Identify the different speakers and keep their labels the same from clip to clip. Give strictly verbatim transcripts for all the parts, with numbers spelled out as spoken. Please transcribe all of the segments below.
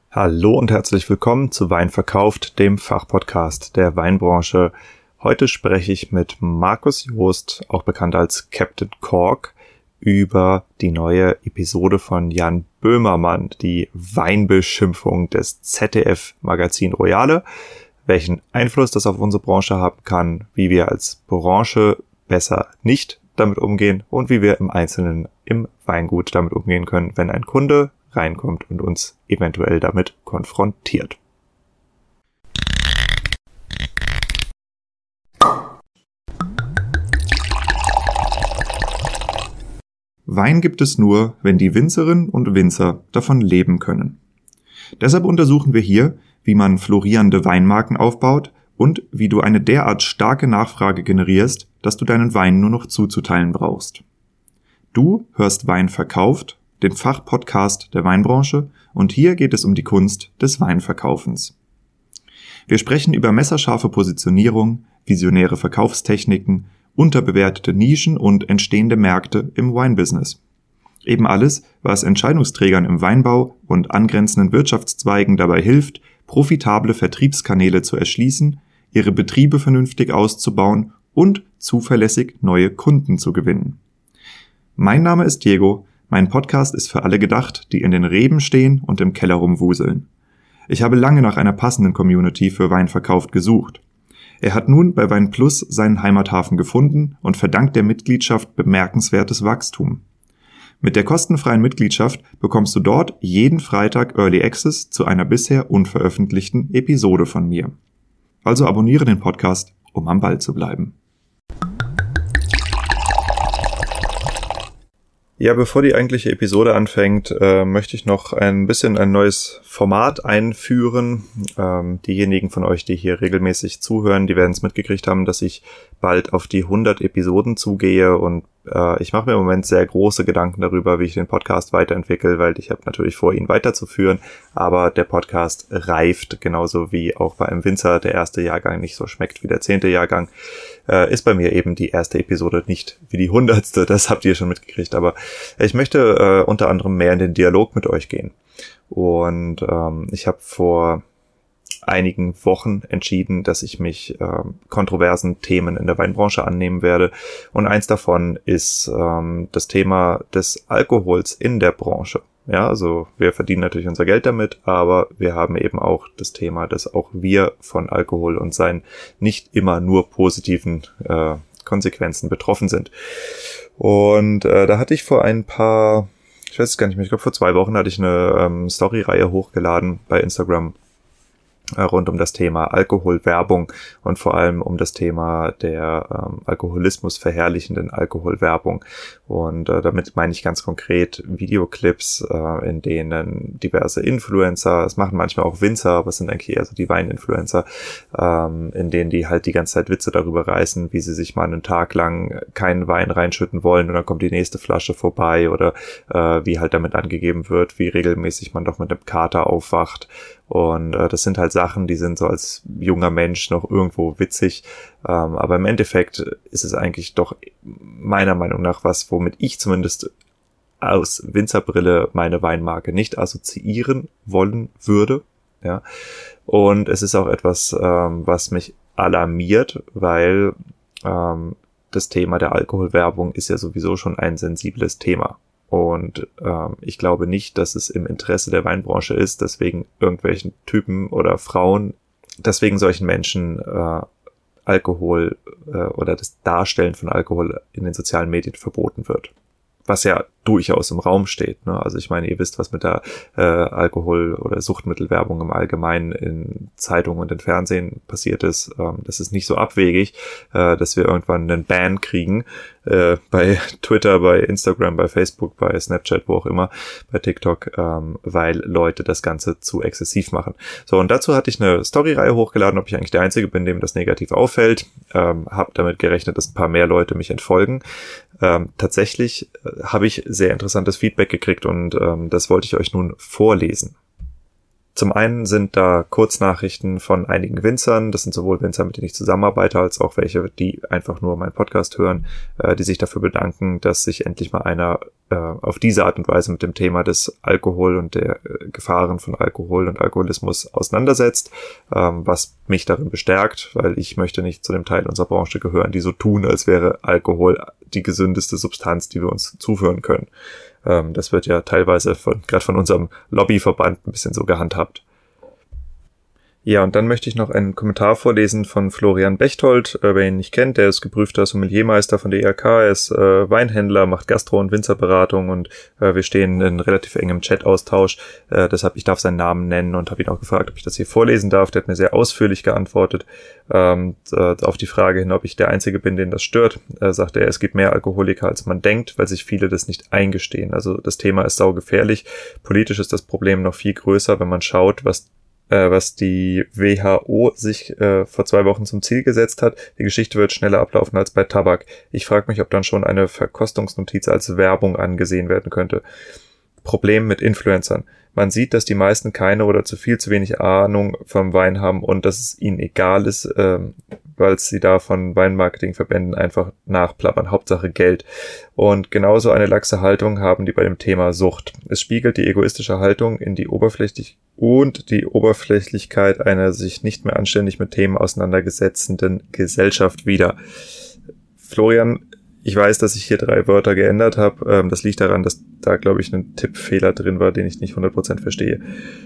Speaker 1: Hallo und herzlich willkommen zu Wein verkauft, dem Fachpodcast der Weinbranche. Heute spreche ich mit Markus Joost, auch bekannt als Captain Cork, über die neue Episode von Jan Böhmermann, die Weinbeschimpfung des Z D F-Magazin Royale, welchen Einfluss das auf unsere Branche haben kann, wie wir als Branche besser nicht damit umgehen und wie wir im Einzelnen im Weingut damit umgehen können, wenn ein Kunde reinkommt und uns eventuell damit konfrontiert. Wein gibt es nur, wenn die Winzerinnen und Winzer davon leben können. Deshalb untersuchen wir hier, wie man florierende Weinmarken aufbaut und wie du eine derart starke Nachfrage generierst, dass du deinen Wein nur noch zuzuteilen brauchst. Du hörst Wein verkauft, den Fachpodcast der Weinbranche, und hier geht es um die Kunst des Weinverkaufens. Wir sprechen über messerscharfe Positionierung, visionäre Verkaufstechniken, unterbewertete Nischen und entstehende Märkte im Weinbusiness. Eben alles, was Entscheidungsträgern im Weinbau und angrenzenden Wirtschaftszweigen dabei hilft, profitable Vertriebskanäle zu erschließen, ihre Betriebe vernünftig auszubauen und zuverlässig neue Kunden zu gewinnen. Mein Name ist Diego. Mein Podcast ist für alle gedacht, die in den Reben stehen und im Keller rumwuseln. Ich habe lange nach einer passenden Community für Wein verkauft gesucht. Er hat nun bei WeinPlus seinen Heimathafen gefunden und verdankt der Mitgliedschaft bemerkenswertes Wachstum. Mit der kostenfreien Mitgliedschaft bekommst du dort jeden Freitag Early Access zu einer bisher unveröffentlichten Episode von mir. Also abonniere den Podcast, um am Ball zu bleiben. Ja, bevor die eigentliche Episode anfängt, äh, möchte ich noch ein bisschen ein neues Format einführen. Ähm, diejenigen von euch, die hier regelmäßig zuhören, die werden es mitgekriegt haben, dass ich bald auf die hundert Episoden zugehe, und äh, ich mache mir im Moment sehr große Gedanken darüber, wie ich den Podcast weiterentwickle, weil ich habe natürlich vor, ihn weiterzuführen, aber der Podcast reift, genauso wie auch bei einem Winzer der erste Jahrgang nicht so schmeckt wie der zehnte Jahrgang. Äh, ist bei mir eben die erste Episode nicht wie die hundertste, das habt ihr schon mitgekriegt, aber ich möchte äh, unter anderem mehr in den Dialog mit euch gehen. Und ähm, ich habe vor einigen Wochen entschieden, dass ich mich ähm, kontroversen Themen in der Weinbranche annehmen werde. Und eins davon ist ähm, das Thema des Alkohols in der Branche. Ja, also wir verdienen natürlich unser Geld damit, aber wir haben eben auch das Thema, dass auch wir von Alkohol und seinen nicht immer nur positiven äh, Konsequenzen betroffen sind. Und äh, da hatte ich vor ein paar, ich weiß es gar nicht mehr, ich glaube vor zwei Wochen hatte ich eine ähm, Story-Reihe hochgeladen bei Instagram rund um das Thema Alkoholwerbung und vor allem um das Thema der ähm, Alkoholismus verherrlichenden Alkoholwerbung. Und äh, damit meine ich ganz konkret Videoclips, äh, in denen diverse Influencer, es machen manchmal auch Winzer, aber es sind eigentlich eher so die Weininfluencer, ähm, in denen die halt die ganze Zeit Witze darüber reißen, wie sie sich mal einen Tag lang keinen Wein reinschütten wollen und dann kommt die nächste Flasche vorbei, oder äh, wie halt damit angegeben wird, wie regelmäßig man doch mit einem Kater aufwacht. Und äh, das sind halt Sachen, die sind so als junger Mensch noch irgendwo witzig. Ähm, aber im Endeffekt ist es eigentlich doch meiner Meinung nach was, womit ich zumindest aus Winzerbrille meine Weinmarke nicht assoziieren wollen würde. Ja. Und es ist auch etwas, ähm, was mich alarmiert, weil ähm, das Thema der Alkoholwerbung ist ja sowieso schon ein sensibles Thema. Und ähm, ich glaube nicht, dass es im Interesse der Weinbranche ist, deswegen irgendwelchen Typen oder Frauen, deswegen solchen Menschen äh, Alkohol äh, oder das Darstellen von Alkohol in den sozialen Medien verboten wird. Was ja durchaus im Raum steht. Ne? Also ich meine, ihr wisst, was mit der äh, Alkohol- oder Suchtmittelwerbung im Allgemeinen in Zeitungen und im Fernsehen passiert ist. Ähm, das ist nicht so abwegig, äh, dass wir irgendwann einen Ban kriegen. Äh, bei Twitter, bei Instagram, bei Facebook, bei Snapchat, wo auch immer, bei TikTok, ähm, weil Leute das Ganze zu exzessiv machen. So, und dazu hatte ich eine Story-Reihe hochgeladen, ob ich eigentlich der Einzige bin, dem das negativ auffällt. Ähm, habe damit gerechnet, dass ein paar mehr Leute mich entfolgen. Ähm, tatsächlich äh, habe ich sehr interessantes Feedback gekriegt, und ähm, das wollte ich euch nun vorlesen. Zum einen sind da Kurznachrichten von einigen Winzern. Das sind sowohl Winzer, mit denen ich zusammenarbeite, als auch welche, die einfach nur meinen Podcast hören, äh, die sich dafür bedanken, dass sich endlich mal einer äh, auf diese Art und Weise mit dem Thema des Alkohol und der äh, Gefahren von Alkohol und Alkoholismus auseinandersetzt, ähm, was mich darin bestärkt, weil ich möchte nicht zu dem Teil unserer Branche gehören, die so tun, als wäre Alkohol die gesündeste Substanz, die wir uns zuführen können. Ähm, das wird ja teilweise von, gerade von unserem Lobbyverband ein bisschen so gehandhabt. Ja, und dann möchte ich noch einen Kommentar vorlesen von Florian Bechtold, äh, wer ihn nicht kennt, der ist geprüfter Sommeliermeister von der I H K, er ist äh, Weinhändler, macht Gastro- und Winzerberatung und äh, wir stehen in relativ engem Chat-Austausch, äh, deshalb, ich darf seinen Namen nennen und habe ihn auch gefragt, ob ich das hier vorlesen darf. Der hat mir sehr ausführlich geantwortet ähm, äh, auf die Frage hin, ob ich der Einzige bin, den das stört. Äh, sagt er, es gibt mehr Alkoholiker, als man denkt, weil sich viele das nicht eingestehen. Also das Thema ist saugefährlich. Politisch ist das Problem noch viel größer, wenn man schaut, was was die W H O sich äh, vor zwei Wochen zum Ziel gesetzt hat. Die Geschichte wird schneller ablaufen als bei Tabak. Ich frage mich, ob dann schon eine Verkostungsnotiz als Werbung angesehen werden könnte. Problem mit Influencern. Man sieht, dass die meisten keine oder zu viel zu wenig Ahnung vom Wein haben und dass es ihnen egal ist, ähm, weil sie da von Weinmarketingverbänden einfach nachplappern. Hauptsache Geld. Und genauso eine laxe Haltung haben die bei dem Thema Sucht. Es spiegelt die egoistische Haltung in die Oberflächlich und die Oberflächlichkeit einer sich nicht mehr anständig mit Themen auseinandergesetzten Gesellschaft wider. Florian, ich weiß, dass ich hier drei Wörter geändert habe. Ähm, das liegt daran, dass da, glaube ich, ein Tippfehler drin war, den ich nicht hundert Prozent verstehe.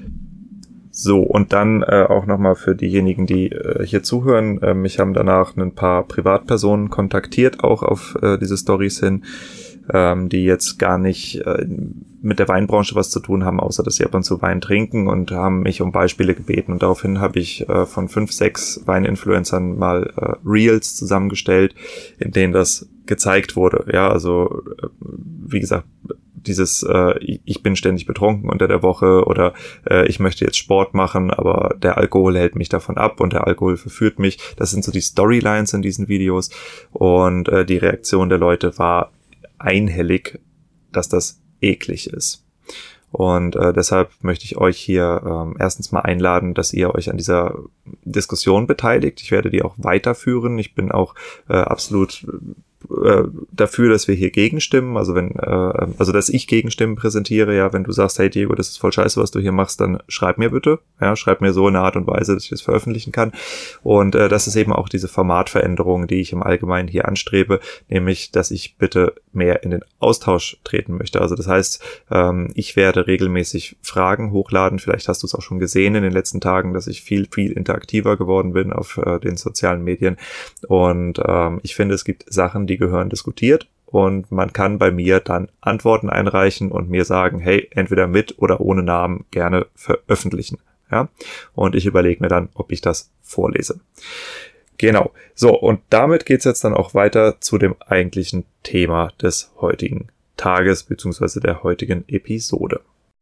Speaker 1: So, und dann äh, auch nochmal für diejenigen, die äh, hier zuhören. Äh, mich haben danach ein paar Privatpersonen kontaktiert, auch auf äh, diese Storys hin, ähm, die jetzt gar nicht äh, mit der Weinbranche was zu tun haben, außer dass sie ab und zu Wein trinken, und haben mich um Beispiele gebeten. Und daraufhin habe ich äh, von fünf, sechs Weininfluencern mal äh, Reels zusammengestellt, in denen das gezeigt wurde. Ja, also äh, wie gesagt, dieses äh, ich bin ständig betrunken unter der Woche oder äh, ich möchte jetzt Sport machen, aber der Alkohol hält mich davon ab und der Alkohol verführt mich. Das sind so die Storylines in diesen Videos, und äh, die Reaktion der Leute war einhellig, dass das eklig ist. Und äh, deshalb möchte ich euch hier ähm, erstens mal einladen, dass ihr euch an dieser Diskussion beteiligt. Ich werde die auch weiterführen. Ich bin auch äh, absolut äh, dafür, dass wir hier gegenstimmen. Also wenn, äh, also dass ich Gegenstimmen präsentiere. Ja, wenn du sagst, hey Diego, das ist voll scheiße, was du hier machst, dann schreib mir bitte. Ja, schreib mir so in einer Art und Weise, dass ich das veröffentlichen kann. Und äh, das ist eben auch diese Formatveränderung, die ich im Allgemeinen hier anstrebe, nämlich, dass ich bitte mehr in den Austausch treten möchte. Also das heißt, ähm, ich werde regelmäßig Fragen hochladen. Vielleicht hast du es auch schon gesehen in den letzten Tagen, dass ich viel, viel interaktiver geworden bin auf äh, den sozialen Medien. Und ähm, ich finde, es gibt Sachen, die gehören diskutiert. Und man kann bei mir dann Antworten einreichen und mir sagen, hey, entweder mit oder ohne Namen gerne veröffentlichen. Ja? Und ich überlege mir dann, ob ich das vorlese. Genau. So, und damit geht's jetzt dann auch weiter zu dem eigentlichen Thema des heutigen Tages bzw. der heutigen Episode.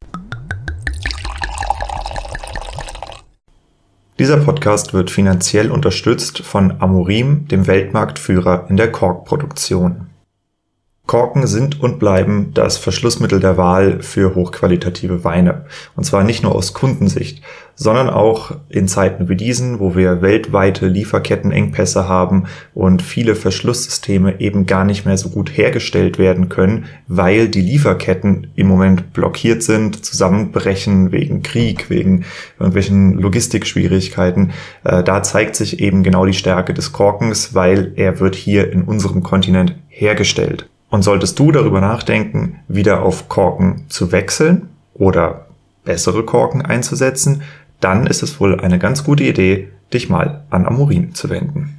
Speaker 1: Dieser Podcast wird finanziell unterstützt von Amorim, dem Weltmarktführer in der Korkproduktion. Korken sind und bleiben das Verschlussmittel der Wahl für hochqualitative Weine. Und zwar nicht nur aus Kundensicht, sondern auch in Zeiten wie diesen, wo wir weltweite Lieferkettenengpässe haben und viele Verschlusssysteme eben gar nicht mehr so gut hergestellt werden können, weil die Lieferketten im Moment blockiert sind, zusammenbrechen wegen Krieg, wegen irgendwelchen Logistikschwierigkeiten. Äh, da zeigt sich eben genau die Stärke des Korkens, weil er wird hier in unserem Kontinent hergestellt. Und solltest du darüber nachdenken, wieder auf Korken zu wechseln oder bessere Korken einzusetzen, dann ist es wohl eine ganz gute Idee, dich mal an Amorim zu wenden.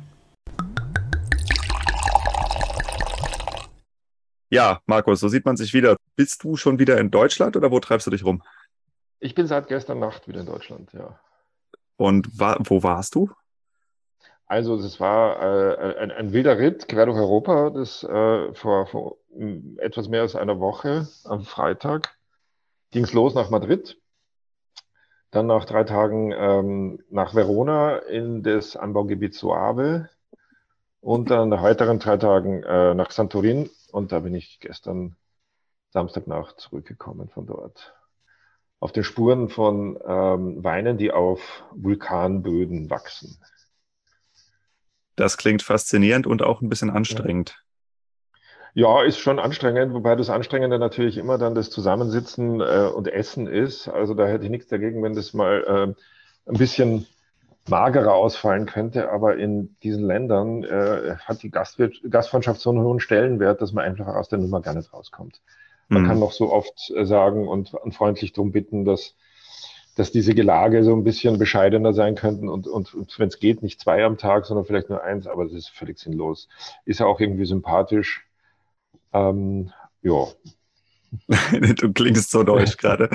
Speaker 1: Ja, Markus, so sieht man sich wieder. Bist du schon wieder in Deutschland oder wo treibst du dich rum?
Speaker 2: Ich bin seit gestern Nacht wieder in Deutschland, ja.
Speaker 1: Und wa- wo warst du?
Speaker 2: Also es war äh, ein, ein wilder Ritt quer durch Europa, das äh, vor, vor m, etwas mehr als einer Woche am Freitag ging es los nach Madrid, dann nach drei Tagen ähm, nach Verona in das Anbaugebiet Soave und dann nach weiteren drei Tagen äh, nach Santorin, und da bin ich gestern Samstagnacht zurückgekommen von dort. auf den Spuren von ähm, Weinen, die auf Vulkanböden wachsen.
Speaker 1: Das klingt faszinierend und auch ein bisschen
Speaker 2: Ja.
Speaker 1: anstrengend.
Speaker 2: Ja, ist schon anstrengend, wobei das Anstrengende natürlich immer dann das Zusammensitzen äh, und Essen ist. Also da hätte ich nichts dagegen, wenn das mal äh, ein bisschen magerer ausfallen könnte. Aber in diesen Ländern äh, hat die Gastwirt Gastfreundschaft so einen hohen Stellenwert, dass man einfach aus der Nummer gar nicht rauskommt. Man kann
Speaker 1: Hm.
Speaker 2: noch so oft äh, sagen und, und freundlich darum bitten, dass, dass diese Gelage so ein bisschen bescheidener sein könnten und, und, und wenn es geht, nicht zwei am Tag, sondern vielleicht nur eins, aber das ist völlig sinnlos. Ist ja auch irgendwie sympathisch. Ähm, ja.
Speaker 1: Du klingst so deutsch gerade.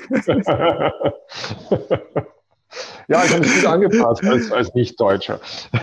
Speaker 2: Ja, ich habe mich gut angepasst als, als Nicht-Deutscher.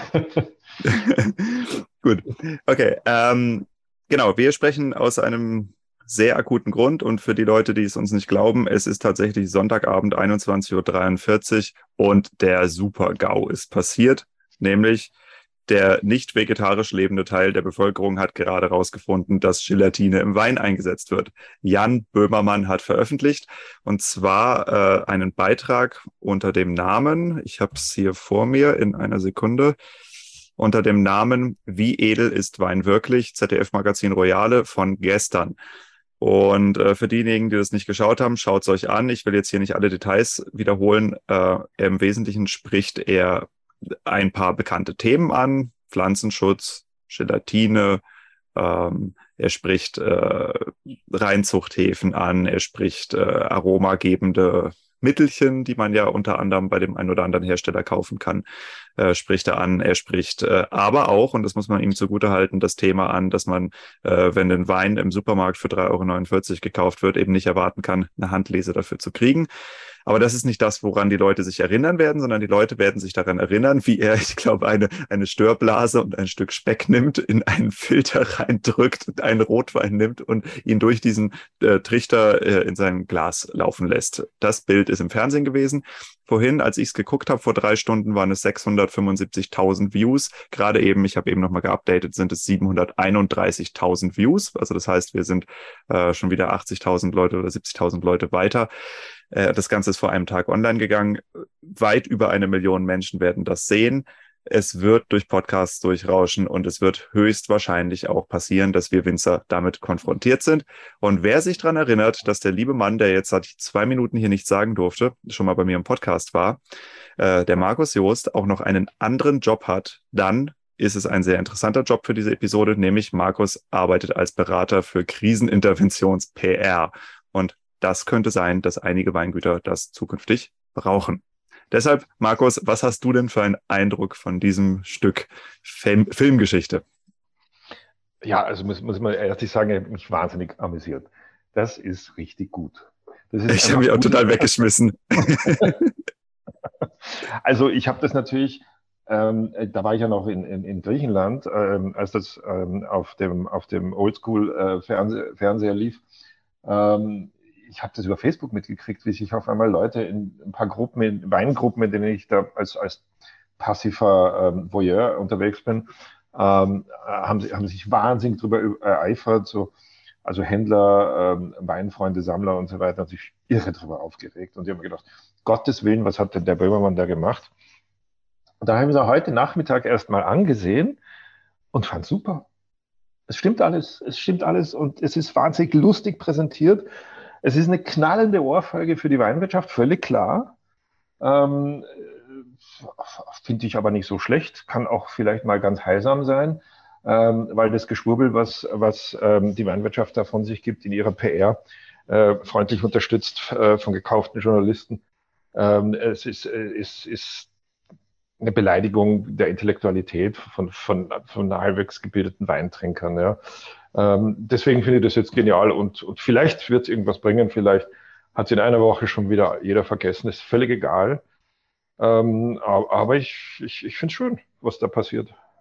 Speaker 1: Gut. Okay. Ähm, genau, wir sprechen aus einem sehr akuten Grund und für die Leute, die es uns nicht glauben, es ist tatsächlich Sonntagabend einundzwanzig Uhr dreiundvierzig und der Super-GAU ist passiert, nämlich der nicht vegetarisch lebende Teil der Bevölkerung hat gerade herausgefunden, dass Gelatine im Wein eingesetzt wird. Jan Böhmermann hat veröffentlicht und zwar äh, einen Beitrag unter dem Namen, ich habe es hier vor mir in einer Sekunde, unter dem Namen Wie edel ist Wein wirklich? Z D F-Magazin Royale von gestern. Und äh, für diejenigen, die das nicht geschaut haben, schaut es euch an. Ich will jetzt hier nicht alle Details wiederholen. Äh, Im Wesentlichen spricht er ein paar bekannte Themen an. Pflanzenschutz, Gelatine, ähm, er spricht äh, Reinzuchthäfen an, er spricht äh, aromagebende Mittelchen, die man ja unter anderem bei dem einen oder anderen Hersteller kaufen kann, äh, spricht er an. Er spricht äh, aber auch, und das muss man ihm zugutehalten, das Thema an, dass man, äh, wenn ein Wein im Supermarkt für drei Euro neunundvierzig gekauft wird, eben nicht erwarten kann, eine Handlese dafür zu kriegen. Aber das ist nicht das, woran die Leute sich erinnern werden, sondern die Leute werden sich daran erinnern, wie er, ich glaube, eine, eine Störblase und ein Stück Speck nimmt, in einen Filter reindrückt, einen Rotwein nimmt und ihn durch diesen äh, Trichter äh, in sein Glas laufen lässt. Das Bild ist im Fernsehen gewesen. Vorhin, als ich es geguckt habe, vor drei Stunden waren es sechshundertfünfundsiebzigtausend Views. Gerade eben, ich habe eben nochmal geupdatet, sind es siebenhunderteinunddreißigtausend Views. Also das heißt, wir sind äh, schon wieder achtzigtausend Leute oder siebzigtausend Leute weiter. Das Ganze ist vor einem Tag online gegangen. Weit über eine Million Menschen werden das sehen. Es wird durch Podcasts durchrauschen und es wird höchstwahrscheinlich auch passieren, dass wir Winzer damit konfrontiert sind. Und wer sich daran erinnert, dass der liebe Mann, der jetzt seit zwei Minuten hier nichts sagen durfte, schon mal bei mir im Podcast war, äh, der Markus Joost, auch noch einen anderen Job hat, dann ist es ein sehr interessanter Job für diese Episode, nämlich Markus arbeitet als Berater für Kriseninterventions-P R. Und das könnte sein, dass einige Weingüter das zukünftig brauchen. Deshalb, Markus, was hast du denn für einen Eindruck von diesem Stück Film Filmgeschichte?
Speaker 2: Ja, also muss, muss man ehrlich sagen, ich habe mich wahnsinnig amüsiert. Das ist richtig gut. Das ist
Speaker 1: Ich habe mich auch
Speaker 2: gut.
Speaker 1: total weggeschmissen.
Speaker 2: Also ich habe das natürlich, ähm, da war ich ja noch in, in, in Griechenland, ähm, als das ähm, auf dem, auf dem Oldschool-Fernseher äh, Fernseher lief. Ähm, ich habe das über Facebook mitgekriegt, wie sich auf einmal Leute in ein paar Gruppen, in Weingruppen, in denen ich da als, als passiver ähm, Voyeur unterwegs bin, ähm, haben, haben sich wahnsinnig darüber ereifert, so, also Händler, ähm, Weinfreunde, Sammler und so weiter, haben sich irre darüber aufgeregt. Und die haben mir gedacht, Gottes Willen, was hat denn der Böhmermann da gemacht? Und da habe ich mir heute Nachmittag erst mal angesehen und fand super. Es stimmt alles, es stimmt alles und es ist wahnsinnig lustig präsentiert. Es ist eine knallende Ohrfeige für die Weinwirtschaft, völlig klar. Ähm, Finde ich aber nicht so schlecht, kann auch vielleicht mal ganz heilsam sein, ähm, weil das Geschwurbel, was, was ähm, die Weinwirtschaft da von sich gibt in ihrer P R, äh, freundlich unterstützt äh, von gekauften Journalisten, ähm, es ist, äh, ist, ist eine Beleidigung der Intellektualität von, von, von halbwegs gebildeten Weintrinkern. Ja. Ähm, deswegen finde ich das jetzt genial und, und vielleicht wird es irgendwas bringen, vielleicht hat es in einer Woche schon wieder jeder vergessen, ist völlig egal. Ähm, aber ich, ich, ich finde es schön, was da passiert.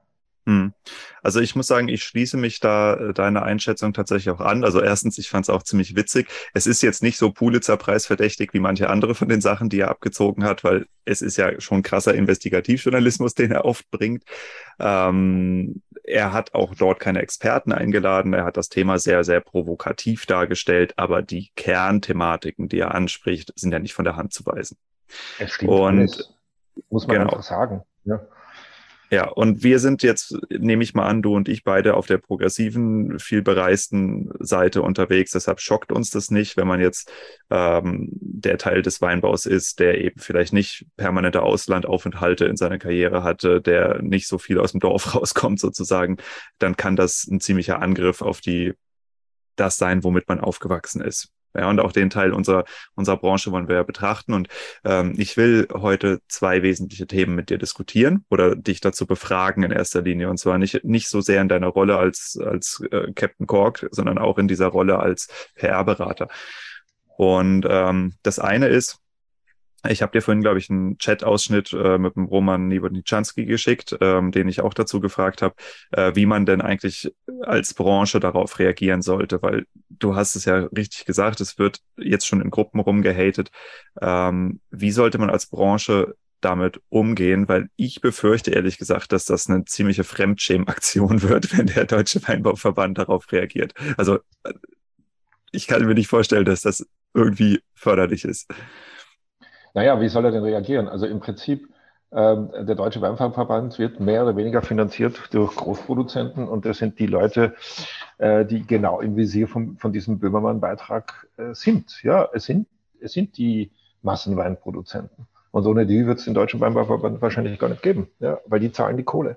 Speaker 1: Hm. Also ich muss sagen, ich schließe mich da äh, deiner Einschätzung tatsächlich auch an. Also erstens, ich fand es auch ziemlich witzig. Es ist jetzt nicht so Pulitzer-Preis verdächtig wie manche andere von den Sachen, die er abgezogen hat, weil es ist ja schon krasser Investigativjournalismus, den er oft bringt. Ähm, er hat auch dort keine Experten eingeladen. Er hat das Thema sehr, sehr provokativ dargestellt, aber die Kernthematiken, die er anspricht, sind ja nicht von der Hand zu weisen.
Speaker 2: Es stimmt
Speaker 1: Und
Speaker 2: alles, muss man einfach
Speaker 1: genau.
Speaker 2: sagen. Ja.
Speaker 1: Ja, und wir sind jetzt, nehme ich mal an, du und ich beide auf der progressiven, viel bereisten Seite unterwegs. Deshalb schockt uns das nicht, wenn man jetzt ähm, der Teil des Weinbaus ist, der eben vielleicht nicht permanente Auslandaufenthalte in seiner Karriere hatte, der nicht so viel aus dem Dorf rauskommt sozusagen. Dann kann das ein ziemlicher Angriff auf die das sein, womit man aufgewachsen ist. Ja, und auch den Teil unserer, unserer Branche wollen wir ja betrachten. Und ähm, ich will heute zwei wesentliche Themen mit dir diskutieren oder dich dazu befragen in erster Linie. Und zwar nicht, nicht so sehr in deiner Rolle als, als äh, Captain Cork, sondern auch in dieser Rolle als P R-Berater. Und ähm, das eine ist, ich habe dir vorhin, glaube ich, einen Chat-Ausschnitt äh, mit dem Roman Niewodniczanski geschickt, ähm, den ich auch dazu gefragt habe, äh, wie man denn eigentlich als Branche darauf reagieren sollte, weil du hast es ja richtig gesagt, es wird jetzt schon in Gruppen rumgehatet. Ähm, wie sollte man als Branche damit umgehen? Weil ich befürchte ehrlich gesagt, dass das eine ziemliche Fremdschämen-Aktion wird, wenn der Deutsche Weinbauverband darauf reagiert. Also äh, ich kann mir nicht vorstellen, dass das irgendwie förderlich ist.
Speaker 2: Naja, wie soll er denn reagieren? Also im Prinzip, ähm, der Deutsche Weinfachverband wird mehr oder weniger finanziert durch Großproduzenten und das sind die Leute, äh, die genau im Visier von, von diesem Böhmermann-Beitrag äh, sind. Ja, es sind, es sind die Massenweinproduzenten. Und ohne die wird es den Deutschen Weinfachverband wahrscheinlich gar nicht geben, ja, weil die zahlen die Kohle.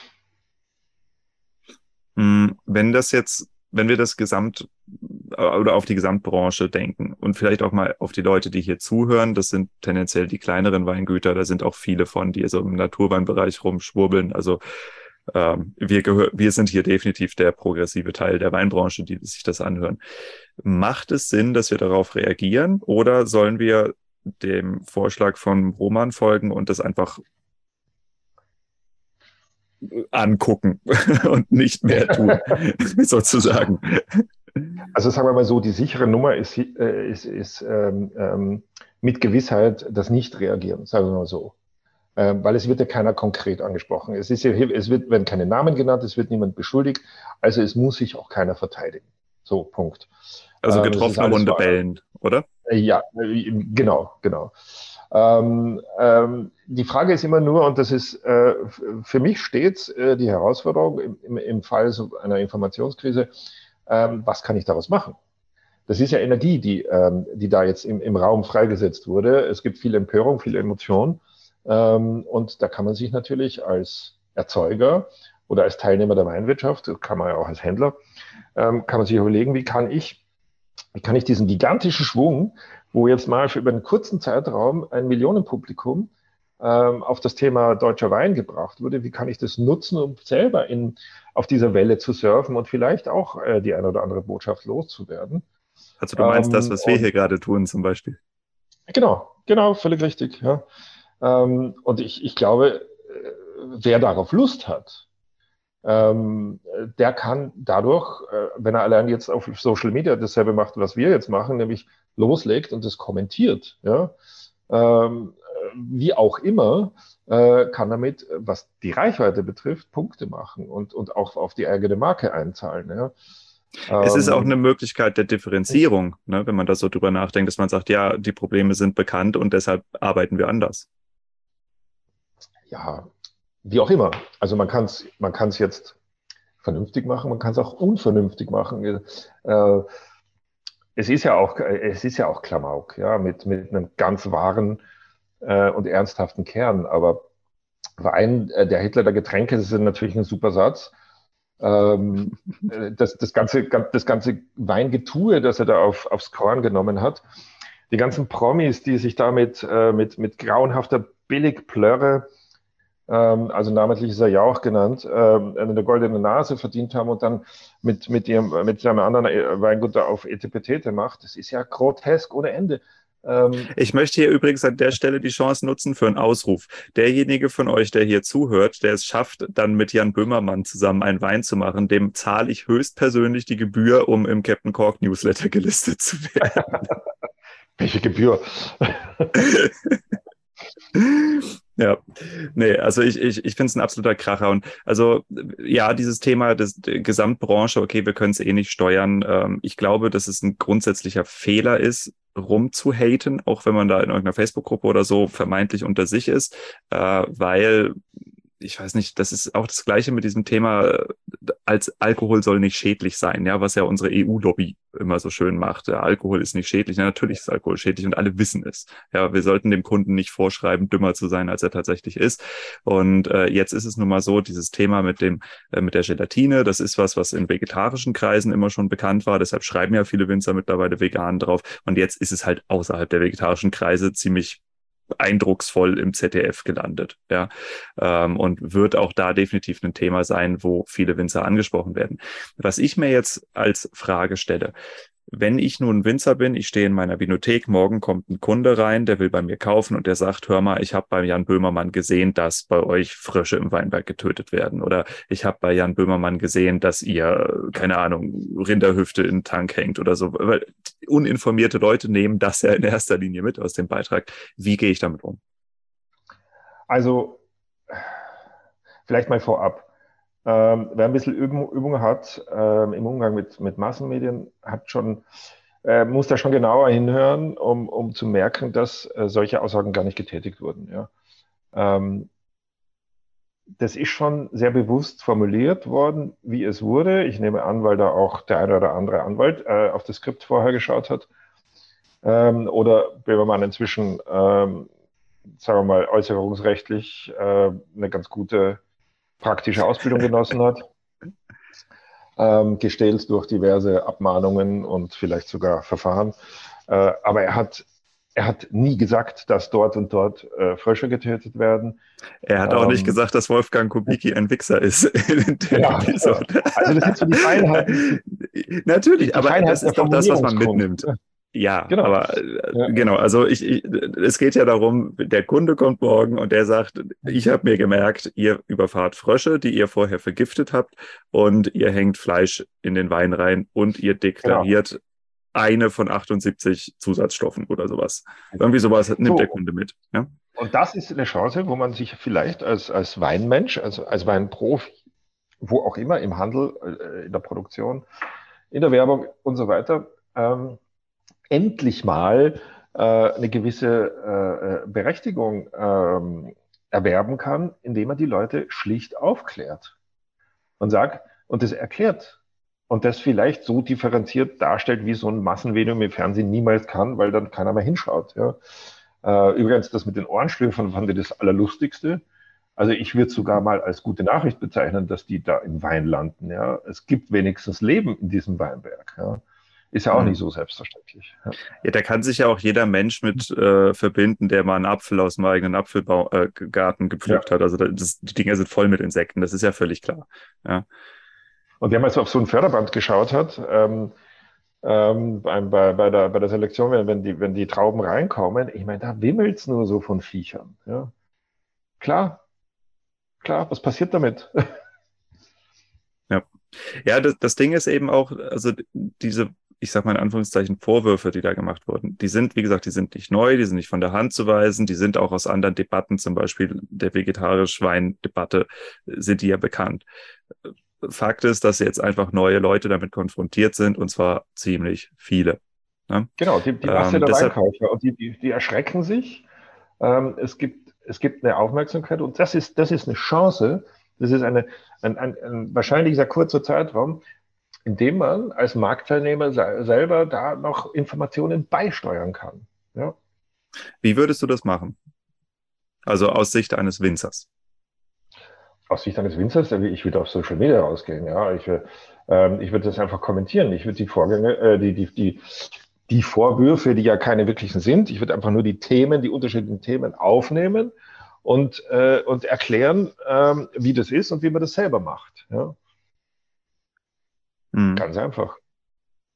Speaker 1: Mm, Wenn das jetzt, wenn wir das Gesamt äh, oder auf die Gesamtbranche denken und vielleicht auch mal auf die Leute, die hier zuhören, das sind tendenziell die kleineren Weingüter, da sind auch viele von, die so im Naturweinbereich rumschwurbeln. Also ähm, wir gehör, wir sind hier definitiv der progressive Teil der Weinbranche, die sich das anhören. Macht es Sinn, dass wir darauf reagieren oder sollen wir dem Vorschlag von Roman folgen und das einfach angucken und nicht mehr tun, sozusagen?
Speaker 2: Also sagen wir mal so, die sichere Nummer ist, äh, ist, ist ähm, ähm, mit Gewissheit das Nicht-Reagieren, sagen wir mal so. Ähm, weil es wird ja keiner konkret angesprochen. Es, ist ja, es wird, werden keine Namen genannt, es wird niemand beschuldigt, also es muss sich auch keiner verteidigen. So, Punkt.
Speaker 1: Also
Speaker 2: Ähm, es ist
Speaker 1: getroffene
Speaker 2: alles
Speaker 1: Hunde
Speaker 2: so,
Speaker 1: bellen, oder?
Speaker 2: äh, ja, äh, genau, genau. Ähm, ähm, die Frage ist immer nur, und das ist äh, für mich stets äh, die Herausforderung im, im, im Fall so einer Informationskrise, ähm, was kann ich daraus machen? Das ist ja Energie, die, ähm, die da jetzt im, im Raum freigesetzt wurde. Es gibt viel Empörung, viel Emotion. Ähm, und da kann man sich natürlich als Erzeuger oder als Teilnehmer der Weinwirtschaft, kann man ja auch als Händler, ähm, kann man sich überlegen, wie kann ich, wie kann ich diesen gigantischen Schwung, wo jetzt mal für über einen kurzen Zeitraum ein Millionenpublikum ähm, auf das Thema deutscher Wein gebracht wurde, wie kann ich das nutzen, um selber in, auf dieser Welle zu surfen und vielleicht auch äh, die eine oder andere Botschaft loszuwerden.
Speaker 1: Also du meinst das,
Speaker 2: Ähm,
Speaker 1: was wir
Speaker 2: und
Speaker 1: hier gerade tun, zum Beispiel.
Speaker 2: genau, genau, völlig richtig. Ja. Ähm, und ich, ich glaube, äh, wer darauf Lust hat, ähm, der kann dadurch, äh, wenn er allein jetzt auf Social Media dasselbe macht, was wir jetzt machen, nämlich loslegt und das kommentiert, ja, ähm, wie auch immer, äh, kann damit, was die Reichweite betrifft, Punkte machen und, und auch auf die eigene Marke einzahlen. Ja.
Speaker 1: Es ist auch eine
Speaker 2: Ähm,
Speaker 1: Möglichkeit der Differenzierung, ne, wenn man da so drüber nachdenkt, dass man sagt, ja, die Probleme sind bekannt und deshalb arbeiten wir anders.
Speaker 2: ja, wie auch immer. Also man kann es man kann's jetzt vernünftig machen, man kann es auch unvernünftig machen. Äh, es ist ja auch, es ist ja auch Klamauk, ja, mit, mit einem ganz wahren äh, und ernsthaften Kern. Aber Wein, äh, der Hitler der Getränke, das ist natürlich ein super Satz. Ähm, äh, das, das, ganze, das ganze Weingetue, das er da auf, aufs Korn genommen hat, die ganzen Promis, die sich damit äh, mit, mit grauenhafter Billigplörre, ähm, also namentlich ist er ja auch genannt, ähm, eine goldene Nase verdient haben und dann mit, mit, ihrem, mit seinem anderen Weingut da auf Etepetete macht. Das ist ja grotesk ohne Ende. Ähm,
Speaker 1: Ich möchte hier übrigens an der Stelle die Chance nutzen für einen Ausruf. Derjenige von euch, der hier zuhört, der es schafft, dann mit Jan Böhmermann zusammen einen Wein zu machen, dem zahle ich höchstpersönlich die Gebühr, um im Captain Cork Newsletter gelistet zu werden.
Speaker 2: Welche Gebühr?
Speaker 1: Ja, nee, also ich, ich, ich finde es ein absoluter Kracher. Und also ja, dieses Thema des der Gesamtbranche, okay, wir können es eh nicht steuern. Ähm, ich glaube, dass es ein grundsätzlicher Fehler ist, rumzuhaten, auch wenn man da in irgendeiner Facebook-Gruppe oder so vermeintlich unter sich ist, äh, weil ich weiß nicht, das ist auch das Gleiche mit diesem Thema, äh, als Alkohol soll nicht schädlich sein, ja, was ja unsere E U-Lobby immer so schön macht. Ja, Alkohol ist nicht schädlich. Ja, natürlich ist Alkohol schädlich und alle wissen es. Ja, wir sollten dem Kunden nicht vorschreiben, dümmer zu sein, als er tatsächlich ist. Und äh, jetzt ist es nun mal so, dieses Thema mit dem äh, mit der Gelatine, das ist was, was in vegetarischen Kreisen immer schon bekannt war. Deshalb schreiben ja viele Winzer mittlerweile vegan drauf. Und jetzt ist es halt außerhalb der vegetarischen Kreise ziemlich eindrucksvoll im Z D F gelandet, ja, ähm, und wird auch da definitiv ein Thema sein, wo viele Winzer angesprochen werden. Was ich mir jetzt als Frage stelle: Wenn ich nun Winzer bin, ich stehe in meiner Vinothek, morgen kommt ein Kunde rein, der will bei mir kaufen und der sagt, hör mal, ich habe bei Jan Böhmermann gesehen, dass bei euch Frösche im Weinberg getötet werden. Oder ich habe bei Jan Böhmermann gesehen, dass ihr, keine Ahnung, Rinderhüfte in den Tank hängt oder so. Weil uninformierte Leute nehmen das ja in erster Linie mit aus dem Beitrag. Wie gehe ich damit um?
Speaker 2: Also, vielleicht mal vorab. Ähm, wer ein bisschen Übung, Übung hat ähm, im Umgang mit, mit Massenmedien, hat schon, äh, muss da schon genauer hinhören, um, um zu merken, dass äh, solche Aussagen gar nicht getätigt wurden. Ja. Ähm, das ist schon sehr bewusst formuliert worden, wie es wurde. Ich nehme an, weil da auch der eine oder andere Anwalt äh, auf das Skript vorher geschaut hat. Ähm, oder wenn man inzwischen, ähm, sagen wir mal, äußerungsrechtlich äh, eine ganz gute praktische Ausbildung genossen hat, ähm, gestählt durch diverse Abmahnungen und vielleicht sogar Verfahren. Äh, aber er hat, er hat nie gesagt, dass dort und dort äh, Frösche getötet werden.
Speaker 1: Er hat auch nicht
Speaker 2: Ähm,
Speaker 1: gesagt, dass Wolfgang Kubicki ein Wichser ist in der
Speaker 2: ja, ja,
Speaker 1: Episode.
Speaker 2: also das sind so die Feinheiten, die,
Speaker 1: Natürlich,
Speaker 2: die
Speaker 1: aber das
Speaker 2: Feinheiten der
Speaker 1: ist doch das, was man
Speaker 2: Formulierungskunst.
Speaker 1: mitnimmt. Ja,
Speaker 2: Genau.
Speaker 1: aber äh,
Speaker 2: Ja,
Speaker 1: genau, also ich, ich, es geht ja darum, der Kunde kommt morgen und der sagt, ich habe mir gemerkt, ihr überfahrt Frösche, die ihr vorher vergiftet habt und ihr hängt Fleisch in den Wein rein und ihr
Speaker 2: genau.
Speaker 1: deklariert eine von achtundsiebzig Zusatzstoffen oder sowas. Irgendwie sowas nimmt der
Speaker 2: So,
Speaker 1: Kunde mit. Ja?
Speaker 2: und das ist eine Chance, wo man sich vielleicht als, als Weinmensch, also als Weinprofi, wo auch immer, im Handel, äh, in der Produktion, in der Werbung und so weiter, ähm, endlich mal äh, eine gewisse äh, Berechtigung ähm, erwerben kann, indem man die Leute schlicht aufklärt und sagt und das erklärt und das vielleicht so differenziert darstellt, wie so ein Massenmedium im Fernsehen niemals kann, weil dann keiner mehr hinschaut. Ja. Äh, übrigens, das mit den Ohrenschlüpfern fand ich das Allerlustigste. Also ich würde es sogar mal als gute Nachricht bezeichnen, dass die da im Wein landen. Ja. Es gibt wenigstens Leben in diesem Weinberg. Ja. Ist ja auch nicht
Speaker 1: Hm.
Speaker 2: so selbstverständlich. Ja.
Speaker 1: Ja, da kann sich ja auch jeder Mensch mit äh, verbinden, der mal einen Apfel aus dem eigenen Apfelgarten äh,
Speaker 2: Ja.
Speaker 1: gepflückt hat. Also das, die Dinger sind voll mit Insekten, das ist ja völlig klar. Ja,
Speaker 2: Und wenn man so auf so ein Förderband geschaut hat, ähm, ähm, beim, bei, bei, der, bei der Selektion, wenn, wenn, die, wenn die Trauben reinkommen, ich meine, da wimmelt es nur so von Viechern. Ja. Klar, klar, was passiert damit?
Speaker 1: ja. Ja, das, das Ding ist eben auch, also diese, ich sag mal in Anführungszeichen, Vorwürfe, die da gemacht wurden, die sind, wie gesagt, die sind nicht neu, die sind nicht von der Hand zu weisen, die sind auch aus anderen Debatten, zum Beispiel der vegetarisch-Wein-Debatte, sind die ja bekannt. Fakt ist, dass jetzt einfach neue Leute damit konfrontiert sind, und zwar ziemlich viele. Ne?
Speaker 2: Genau, die, die Masse
Speaker 1: Ähm,
Speaker 2: der
Speaker 1: deshalb,
Speaker 2: Weinkäufer und die, die, die erschrecken sich. Ähm, es gibt, es gibt eine Aufmerksamkeit und das ist, das ist eine Chance. Das ist eine, ein, ein, ein wahrscheinlich sehr kurzer Zeitraum, in dem man als Marktteilnehmer se selber da noch Informationen beisteuern kann. Ja.
Speaker 1: wie würdest du das machen? Also aus Sicht eines Winzers.
Speaker 2: Aus Sicht eines Winzers, ich würde auf Social Media rausgehen. Ja. Ich, ähm, ich würde das einfach kommentieren. Ich würde die Vorgänge, äh, die, die, die, die Vorwürfe, die ja keine wirklichen sind, ich würde einfach nur die Themen, die unterschiedlichen Themen aufnehmen und, äh, und erklären, ähm, wie das ist und wie man das selber macht. Ja.
Speaker 1: Hm.
Speaker 2: Ganz einfach.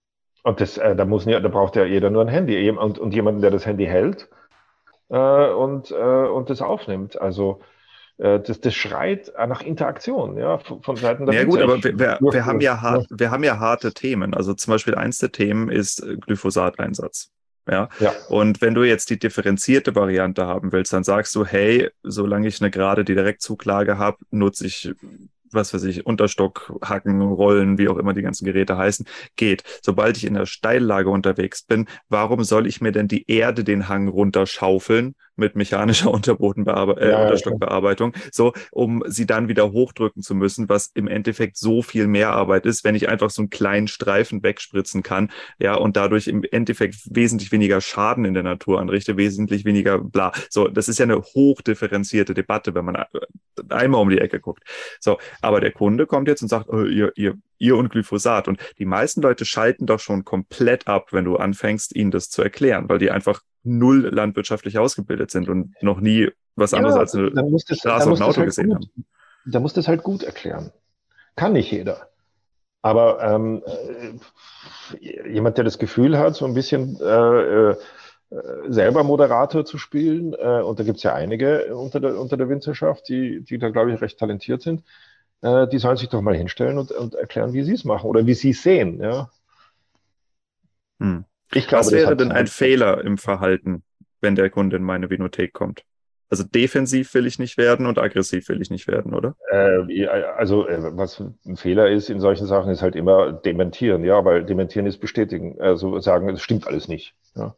Speaker 2: Und das, äh, da muss ja, da braucht ja jeder nur ein Handy und, und jemanden, der das Handy hält äh, und, äh, und das aufnimmt. Also äh, das, das schreit nach Interaktion, ja, von, von Seiten der
Speaker 1: Ja gut,
Speaker 2: Winzer.
Speaker 1: aber
Speaker 2: Ich
Speaker 1: wir, wir, wir haben
Speaker 2: fürchte,
Speaker 1: ja
Speaker 2: ja,
Speaker 1: hart, wir haben ja harte Themen. Also zum Beispiel eins der Themen ist äh, Glyphosateinsatz. Ja.
Speaker 2: ja,
Speaker 1: Und wenn du jetzt die differenzierte Variante haben willst, dann sagst du, hey, solange ich eine gerade die Direktzuglage habe, nutze ich, was weiß ich, Unterstock, Hacken, Rollen, wie auch immer die ganzen Geräte heißen, geht. Sobald ich in der Steillage unterwegs bin, warum soll ich mir denn die Erde den Hang runterschaufeln mit mechanischer Unterbodenbearbe äh,
Speaker 2: ja, ja,
Speaker 1: Unterstockbearbeitung, so, um sie dann wieder hochdrücken zu müssen, was im Endeffekt so viel mehr Arbeit ist, wenn ich einfach so einen kleinen Streifen wegspritzen kann, ja, und dadurch im Endeffekt wesentlich weniger Schaden in der Natur anrichte, wesentlich weniger bla. So, das ist ja eine hochdifferenzierte Debatte, wenn man einmal um die Ecke guckt. So, aber der Kunde kommt jetzt und sagt, oh, ihr, ihr, ihr und Glyphosat. Und die meisten Leute schalten doch schon komplett ab, wenn du anfängst, ihnen das zu erklären, weil die einfach null landwirtschaftlich ausgebildet sind und noch nie was anderes
Speaker 2: ja,
Speaker 1: als eine
Speaker 2: da muss das, da
Speaker 1: Straße auf
Speaker 2: muss
Speaker 1: ein
Speaker 2: das
Speaker 1: Auto
Speaker 2: halt
Speaker 1: gesehen
Speaker 2: gut,
Speaker 1: haben.
Speaker 2: da muss das halt gut erklären. Kann nicht jeder. Aber ähm, äh, jemand, der das Gefühl hat, so ein bisschen äh, äh, selber Moderator zu spielen, äh, und da gibt es ja einige unter der, unter der Winzerschaft, die, die da, glaube ich, recht talentiert sind, äh, die sollen sich doch mal hinstellen und, und erklären, wie sie es machen oder wie sie es sehen. Ja?
Speaker 1: Hm.
Speaker 2: Ich glaube,
Speaker 1: Was
Speaker 2: das
Speaker 1: wäre
Speaker 2: hat
Speaker 1: denn ein
Speaker 2: Zeit.
Speaker 1: Fehler im Verhalten, wenn der Kunde in meine Vinothek kommt? Also defensiv will ich nicht werden und aggressiv will ich nicht werden, oder?
Speaker 2: Äh, also, äh, was ein Fehler ist in solchen Sachen, ist halt immer dementieren, ja, weil dementieren ist bestätigen, also sagen, es stimmt alles nicht. Ja.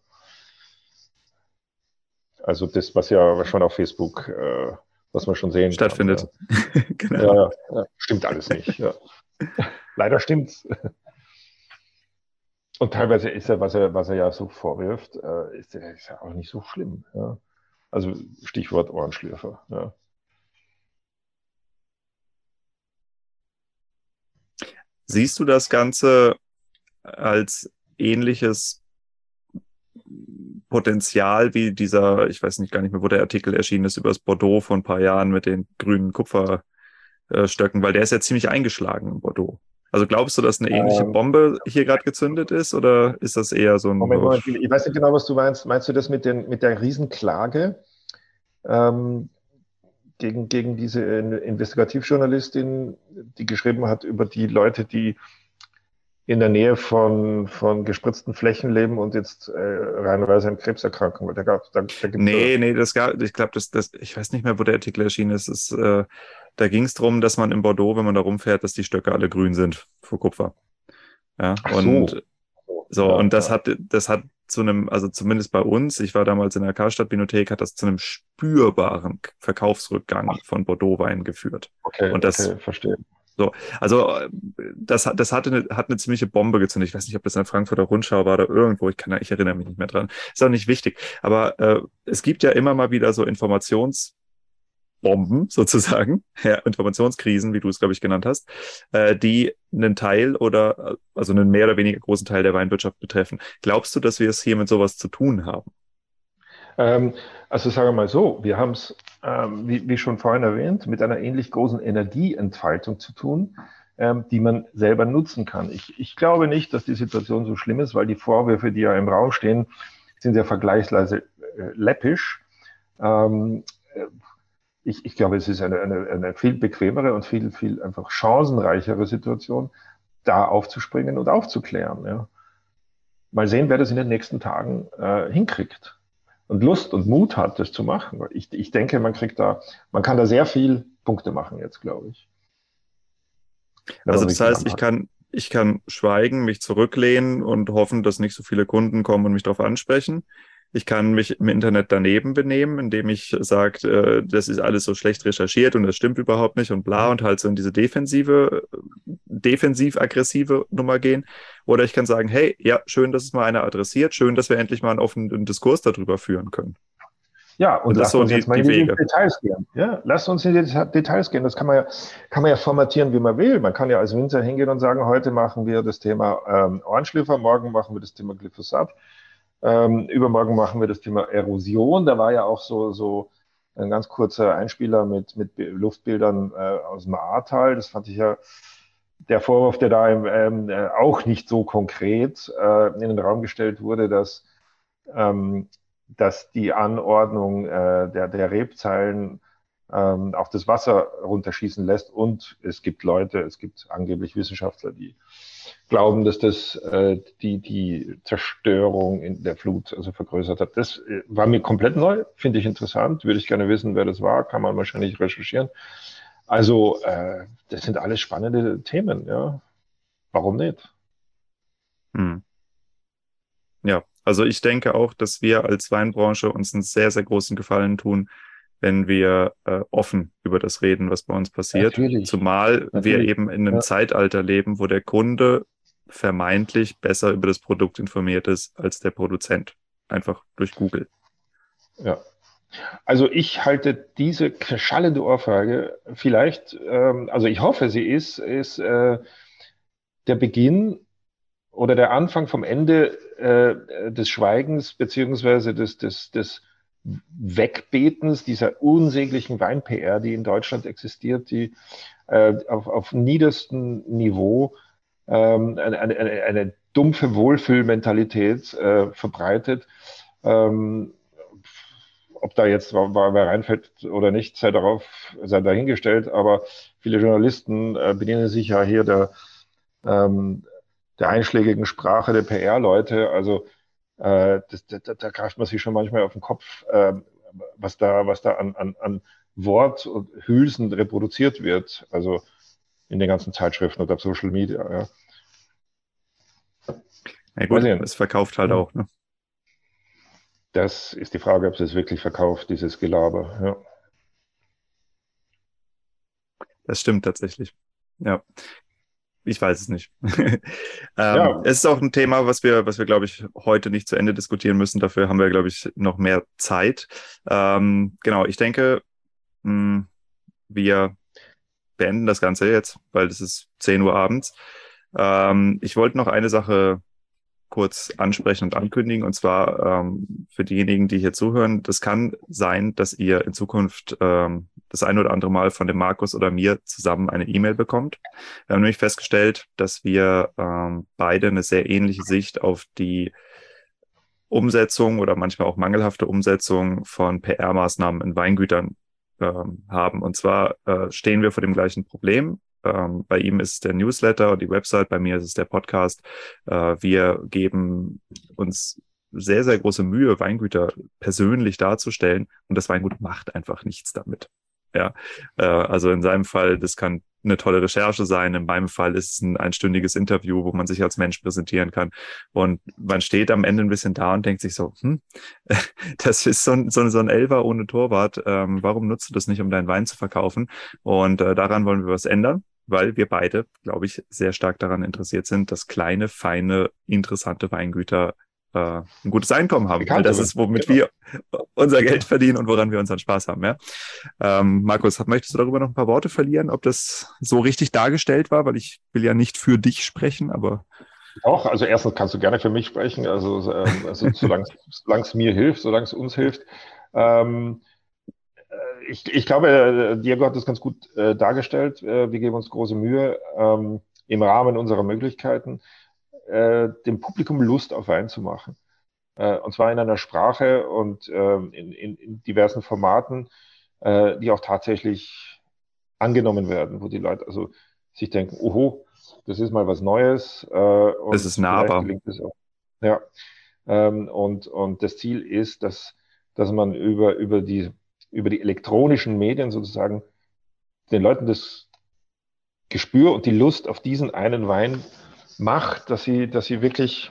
Speaker 2: Also das, was ja schon auf Facebook, äh, was man schon sehen kann. Ja,
Speaker 1: Stattfindet. Genau.
Speaker 2: ja, ja, stimmt alles nicht. Ja. Leider stimmt's. Und teilweise ist er, was er, was er ja so vorwirft, äh, ist, ist ja auch nicht so schlimm. Ja. Also Stichwort Ohrenschläfer. Ja.
Speaker 1: Siehst du das Ganze als ähnliches Potenzial wie dieser, ich weiß nicht gar nicht mehr, wo der Artikel erschienen ist, über das Bordeaux vor ein paar Jahren mit den grünen Kupferstöcken, weil der ist ja ziemlich eingeschlagen in Bordeaux. Also glaubst du, dass eine ähnliche
Speaker 2: Ähm,
Speaker 1: Bombe hier gerade gezündet ist oder ist das eher so ein,
Speaker 2: Moment, Moment, ich weiß nicht genau, was du meinst. Meinst du das mit, den, mit der Riesenklage ähm, gegen, gegen diese Investigativjournalistin, die geschrieben hat über die Leute, die in der Nähe von, von gespritzten Flächen leben und jetzt äh, reihenweise an Krebs erkranken? Weil da, gab, da, da gibt es ja.
Speaker 1: nee, nee, das gab, ich glaube, das, das, ich weiß nicht mehr, wo der Artikel erschienen ist. Es, äh, da ging es darum, dass man in Bordeaux, wenn man da rumfährt, dass die Stöcke alle grün sind vor Kupfer. Ja,
Speaker 2: Ach so.
Speaker 1: und so,
Speaker 2: Ja,
Speaker 1: und das
Speaker 2: ja.
Speaker 1: hat, das hat zu einem, also zumindest bei uns, ich war damals in der Karstadt-Vinothek, hat das zu einem spürbaren Verkaufsrückgang von Bordeaux-Wein geführt.
Speaker 2: Okay,
Speaker 1: Und das,
Speaker 2: okay, verstehe.
Speaker 1: so, also äh, das, hat- das hatte eine, hat eine ziemliche Bombe gezündet. Ich weiß nicht, ob das in der Frankfurter Rundschau war oder irgendwo, ich kann, ich erinnere mich nicht mehr dran. Ist auch nicht wichtig. Aber äh, es gibt ja immer mal wieder so Informations- Bomben sozusagen, ja, Informationskrisen, wie du es, glaube ich, genannt hast, äh, die einen Teil oder also einen mehr oder weniger großen Teil der Weinwirtschaft betreffen. Glaubst du, dass wir es hier mit sowas zu tun haben?
Speaker 2: Ähm, also sagen wir mal so, wir haben es, ähm, wie, wie schon vorhin erwähnt, mit einer ähnlich großen Energieentfaltung zu tun, ähm, die man selber nutzen kann. Ich, ich glaube nicht, dass die Situation so schlimm ist, weil die Vorwürfe, die ja im Raum stehen, sind ja vergleichsweise äh, läppisch. Ähm, äh, ich, ich glaube, es ist eine, eine, eine viel bequemere und viel, viel einfach chancenreichere Situation, da aufzuspringen und aufzuklären. Ja. Mal sehen, wer das in den nächsten Tagen äh, hinkriegt und Lust und Mut hat, das zu machen. Ich, ich denke, man kriegt da, man kann da sehr viel Punkte machen jetzt, glaube ich, wenn
Speaker 1: Also
Speaker 2: man
Speaker 1: das
Speaker 2: richtig
Speaker 1: heißt, ich
Speaker 2: anpackt.
Speaker 1: kann, ich kann schweigen, mich zurücklehnen und hoffen, dass nicht so viele Kunden kommen und mich darauf ansprechen. Ich kann mich im Internet daneben benehmen, indem ich sage, äh, das ist alles so schlecht recherchiert und das stimmt überhaupt nicht und bla und halt so in diese defensive, defensiv-aggressive Nummer gehen. Oder ich kann sagen, hey, ja, schön, dass es mal einer adressiert, schön, dass wir endlich mal einen offenen Diskurs darüber führen können.
Speaker 2: Ja,
Speaker 1: Und
Speaker 2: und
Speaker 1: das
Speaker 2: lasst
Speaker 1: so
Speaker 2: uns jetzt
Speaker 1: die,
Speaker 2: mal
Speaker 1: die
Speaker 2: in die
Speaker 1: Wege.
Speaker 2: Details gehen. Ja, lasst uns in die Details gehen. Das kann man ja, kann man ja formatieren, wie man will. Man kann ja als Winzer hingehen und sagen, heute machen wir das Thema ähm, Ohrenschläfer, morgen machen wir das Thema Glyphosat, ähm, übermorgen machen wir das Thema Erosion. Da war ja auch so, so ein ganz kurzer Einspieler mit, mit Luftbildern äh, aus dem Ahrtal. Das fand ich ja der Vorwurf, der da ähm, äh, auch nicht so konkret äh, in den Raum gestellt wurde, dass, ähm, dass die Anordnung äh, der, der Rebzeilen ähm, auch das Wasser runterschießen lässt. Und es gibt Leute, es gibt angeblich Wissenschaftler, die glauben, dass das äh, die, die Zerstörung in der Flut also vergrößert hat. Das äh, war mir komplett neu, finde ich interessant. Würde ich gerne wissen, wer das war, kann man wahrscheinlich recherchieren. Also, äh, das sind alles spannende Themen, ja. Warum nicht?
Speaker 1: Hm. Ja, also ich denke auch, dass wir als Weinbranche uns einen sehr, sehr großen Gefallen tun, wenn wir äh, offen über das reden, was bei uns passiert.
Speaker 2: Natürlich,
Speaker 1: Zumal wir
Speaker 2: natürlich.
Speaker 1: eben in einem
Speaker 2: Ja,
Speaker 1: Zeitalter leben, wo der Kunde vermeintlich besser über das Produkt informiert ist als der Produzent. Einfach durch Google.
Speaker 2: ja. Also ich halte diese schallende Ohrfeige vielleicht, ähm, also ich hoffe, sie ist, ist äh, der Beginn oder der Anfang vom Ende äh, des Schweigens beziehungsweise des, des, des Wegbetens dieser unsäglichen Wein-P R, die in Deutschland existiert, die äh, auf, auf niederstem Niveau ähm, eine, eine, eine dumpfe Wohlfühlmentalität äh, verbreitet. Ähm, ob da jetzt wer reinfällt oder nicht, sei darauf, sei dahingestellt, aber viele Journalisten äh, bedienen sich ja hier der, ähm, der einschlägigen Sprache der P R-Leute. Also äh, das, da, da greift man sich schon manchmal auf den Kopf, äh, was da, was da an, an, an Wort und Hülsen reproduziert wird. Also in den ganzen Zeitschriften oder auf Social Media. Ja.
Speaker 1: Na
Speaker 2: Weiß
Speaker 1: gut,
Speaker 2: ich nicht.
Speaker 1: es verkauft halt auch, ne?
Speaker 2: Das ist die Frage, ob es wirklich verkauft, dieses Gelaber. Ja.
Speaker 1: Das stimmt tatsächlich. Ja. Ich weiß es nicht. ähm,
Speaker 2: Ja,
Speaker 1: es ist auch ein Thema, was wir, was wir, glaube ich, heute nicht zu Ende diskutieren müssen. Dafür haben wir, glaube ich, noch mehr Zeit. Ähm, genau, ich denke, mh, wir beenden das Ganze jetzt, weil es ist zehn Uhr abends. Ähm, ich wollte noch eine Sache kurz ansprechen und ankündigen. Und zwar ähm, für diejenigen, die hier zuhören, das kann sein, dass ihr in Zukunft ähm, das ein oder andere Mal von dem Markus oder mir zusammen eine E-Mail bekommt. Wir haben nämlich festgestellt, dass wir ähm, beide eine sehr ähnliche Sicht auf die Umsetzung oder manchmal auch mangelhafte Umsetzung von P R-Maßnahmen in Weingütern ähm, haben. Und zwar äh, stehen wir vor dem gleichen Problem. Ähm, bei ihm ist es der Newsletter und die Website, bei mir ist es der Podcast. Äh, wir geben uns sehr, sehr große Mühe, Weingüter persönlich darzustellen und das Weingut macht einfach nichts damit. Ja, äh, also in seinem Fall, das kann eine tolle Recherche sein. In meinem Fall ist es ein einstündiges Interview, wo man sich als Mensch präsentieren kann. Und man steht am Ende ein bisschen da und denkt sich so, hm, das ist so ein, so ein, so ein Elfer ohne Torwart. Ähm, warum nutzt du das nicht, um deinen Wein zu verkaufen? Und äh, daran wollen wir was ändern, weil wir beide, glaube ich, sehr stark daran interessiert sind, dass kleine, feine, interessante Weingüter äh, ein gutes Einkommen haben, weil
Speaker 2: bekannter
Speaker 1: das
Speaker 2: wird.
Speaker 1: ist, womit
Speaker 2: Genau.
Speaker 1: wir unser Geld verdienen und woran wir unseren Spaß haben. Ja? Ähm, Markus, möchtest du darüber noch ein paar Worte verlieren, ob das so richtig dargestellt war? Weil ich will ja nicht für dich sprechen, aber
Speaker 2: Auch, also erstens kannst du gerne für mich sprechen, also, ähm, also solange es mir hilft, solange es uns hilft. Ähm, ich, ich glaube, äh, Diego hat das ganz gut äh, dargestellt. Äh, wir geben uns große Mühe, ähm, im Rahmen unserer Möglichkeiten, äh, dem Publikum Lust auf Wein zu machen. Äh, und zwar in einer Sprache und ähm, in, in, in diversen Formaten, äh, die auch tatsächlich angenommen werden, wo die Leute also sich denken, oho, das ist mal was Neues äh,
Speaker 1: es ist
Speaker 2: und vielleicht
Speaker 1: nahbar.
Speaker 2: gelingt es auch. Ja, ähm, und, und das Ziel ist, dass, dass man über, über die, über die elektronischen Medien sozusagen den Leuten das Gespür und die Lust auf diesen einen Wein macht, dass sie, dass sie wirklich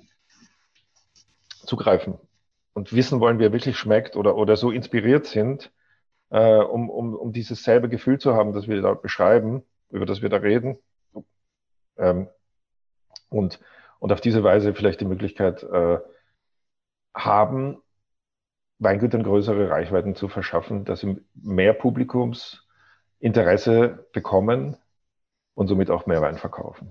Speaker 2: zugreifen und wissen wollen, wie er wirklich schmeckt oder, oder so inspiriert sind, äh, um, um, um dieses selbe Gefühl zu haben, das wir da beschreiben, über das wir da reden. Ähm, und, und auf diese Weise vielleicht die Möglichkeit äh, haben, Weingütern größere Reichweiten zu verschaffen, dass sie mehr Publikumsinteresse bekommen und somit auch mehr Wein verkaufen.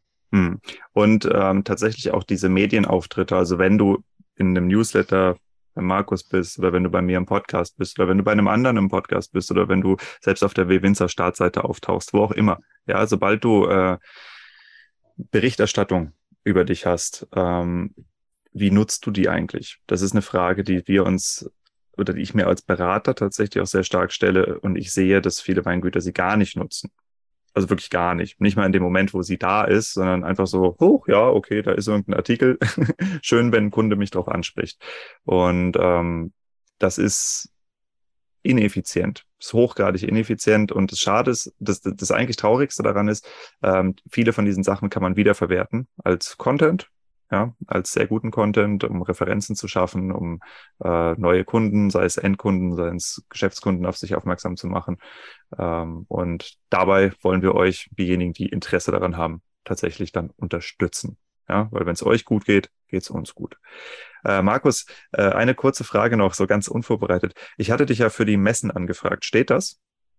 Speaker 1: Hm. Und ähm, tatsächlich auch diese Medienauftritte, also wenn du in einem Newsletter bei Markus bist oder wenn du bei mir im Podcast bist oder wenn du bei einem anderen im Podcast bist oder wenn du selbst auf der W-Winzer Startseite auftauchst, wo auch immer. Ja, sobald du äh, Berichterstattung über dich hast, ähm, wie nutzt du die eigentlich? Das ist eine Frage, die wir uns oder die ich mir als Berater tatsächlich auch sehr stark stelle und ich sehe, dass viele Weingüter sie gar nicht nutzen. Also wirklich gar nicht. Nicht mal in dem Moment, wo sie da ist, sondern einfach so, hoch, ja, okay, da ist irgendein Artikel. Schön, wenn ein Kunde mich drauf anspricht. Und ähm, das ist ineffizient. Ist hochgradig ineffizient und das Schade ist, das, das eigentlich Traurigste daran ist, ähm, viele von diesen Sachen kann man wiederverwerten als Content, ja, als sehr guten Content, um Referenzen zu schaffen, um äh, neue Kunden, sei es Endkunden, sei es Geschäftskunden auf sich aufmerksam zu machen. Ähm, und dabei wollen wir euch, diejenigen, die Interesse daran haben, tatsächlich dann unterstützen. Ja, weil wenn es euch gut geht, geht es uns gut. Äh, Markus, äh, eine kurze Frage noch, so ganz unvorbereitet. Ich hatte dich ja für die Messen angefragt. Steht das?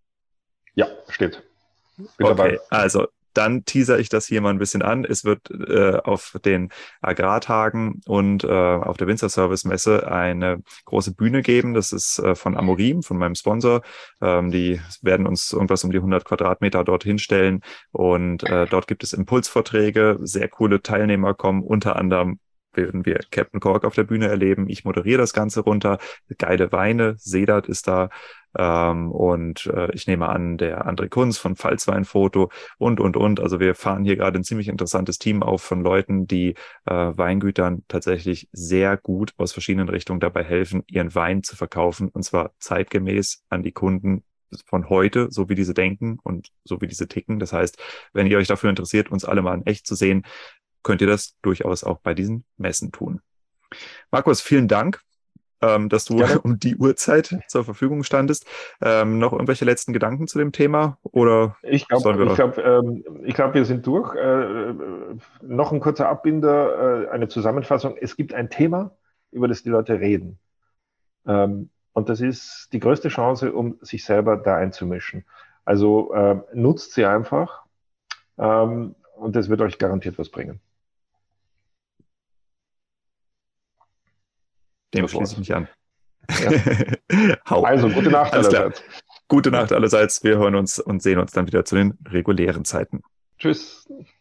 Speaker 2: Ja, steht. Bin
Speaker 1: Okay,
Speaker 2: dabei.
Speaker 1: also dann teaser ich das hier mal ein bisschen an. Es wird äh, auf den Agrartagen und äh, auf der Winzerservice-Messe eine große Bühne geben. Das ist äh, von Amorim, von meinem Sponsor. Ähm, die werden uns irgendwas um die hundert Quadratmeter dorthin stellen und äh, dort gibt es Impulsvorträge. Sehr coole Teilnehmer kommen, unter anderem werden wir Captain Cork auf der Bühne erleben. Ich moderiere das Ganze runter. Geile Weine. Sedat ist da. Ähm, und äh, ich nehme an, der André Kunz von Pfalzweinfoto und, und, und. Also wir fahren hier gerade ein ziemlich interessantes Team auf von Leuten, die äh, Weingütern tatsächlich sehr gut aus verschiedenen Richtungen dabei helfen, ihren Wein zu verkaufen. Und zwar zeitgemäß an die Kunden von heute, so wie diese denken und so wie diese ticken. Das heißt, wenn ihr euch dafür interessiert, uns alle mal in echt zu sehen, könnt ihr das durchaus auch bei diesen Messen tun. Markus, vielen Dank, ähm, dass du
Speaker 2: Gerne.
Speaker 1: um die Uhrzeit zur Verfügung standest. Ähm, noch irgendwelche letzten Gedanken zu dem Thema? Oder
Speaker 2: Ich
Speaker 1: sollen
Speaker 2: glaube, ich
Speaker 1: wir...
Speaker 2: glaube, ähm, ich glaube, wir sind durch. Äh, äh, noch ein kurzer Abbinder, äh, eine Zusammenfassung. Es gibt ein Thema, über das die Leute reden. Ähm, und das ist die größte Chance, um sich selber da einzumischen. Also äh, nutzt sie einfach ähm, und das wird euch garantiert was bringen.
Speaker 1: Dem
Speaker 2: Das
Speaker 1: schließe ich
Speaker 2: war's.
Speaker 1: mich an.
Speaker 2: Ja.
Speaker 1: Hau.
Speaker 2: Also, gute Nacht
Speaker 1: Alles klar.
Speaker 2: allerseits.
Speaker 1: Gute Nacht allerseits. Wir hören uns und sehen uns dann wieder zu den regulären Zeiten.
Speaker 2: Tschüss.